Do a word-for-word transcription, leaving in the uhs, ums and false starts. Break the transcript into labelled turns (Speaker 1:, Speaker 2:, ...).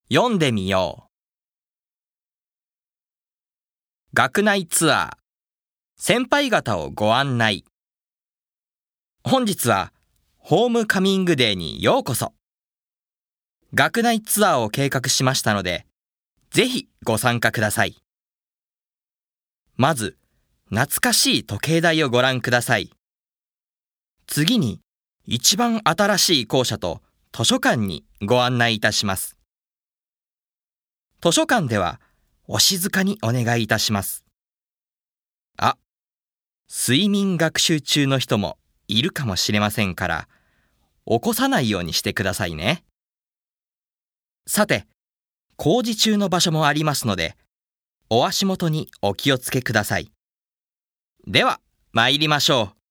Speaker 1: 読んでみよう。学内ツアー、先輩方をご案内。本日はホームカミングデーにようこそ。学内ツアーを計画しましたので、ぜひご参加ください。まず、懐かしい時計台をご覧ください。次に、一番新しい校舎と図書館にご案内いたします。図書館では、お静かにお願いいたします。あ、睡眠学習中の人もいるかもしれませんから、起こさないようにしてくださいね。さて、工事中の場所もありますので、お足元にお気をつけください。では、参りましょう。